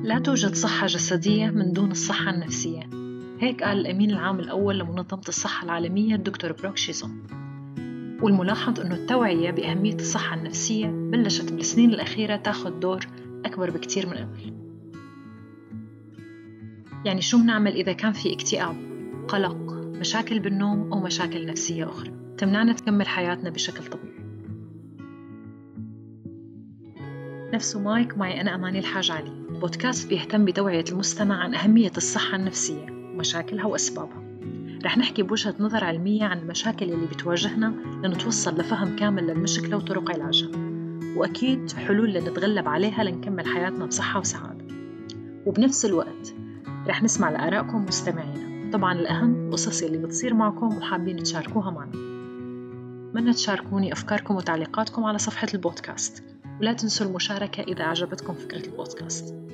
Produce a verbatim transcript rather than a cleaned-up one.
لا توجد صحة جسدية من دون الصحة النفسية. هيك قال الأمين العام الأول لمنظمة الصحة العالمية الدكتور بروك شيزون. والملاحظ أنه التوعية بأهمية الصحة النفسية بلشت بالسنين الأخيرة تاخد دور أكبر بكتير من قبل. يعني شو بنعمل إذا كان في اكتئاب، قلق، مشاكل بالنوم أو مشاكل نفسية أخرى تمنعنا تكمل حياتنا بشكل طبيعي؟ نفسه مايك معي أنا أماني الحاج علي، بودكاست بيهتم بتوعية المستمع عن أهمية الصحة النفسية ومشاكلها وأسبابها. رح نحكي بوجهة نظر علمية عن المشاكل اللي بتواجهنا لنتوصل لفهم كامل للمشكلة وطرق علاجها، وأكيد حلول لنتغلب عليها لنكمل حياتنا بصحة وسعادة. وبنفس الوقت رح نسمع لآرائكم مستمعينا، طبعاً الأهم القصص اللي بتصير معكم وحابين تشاركوها معنا. أتمنى تشاركوني أفكاركم وتعليقاتكم على صفحة البودكاست، ولا تنسوا المشاركة إذا أعجبتكم فكرة البودكاست.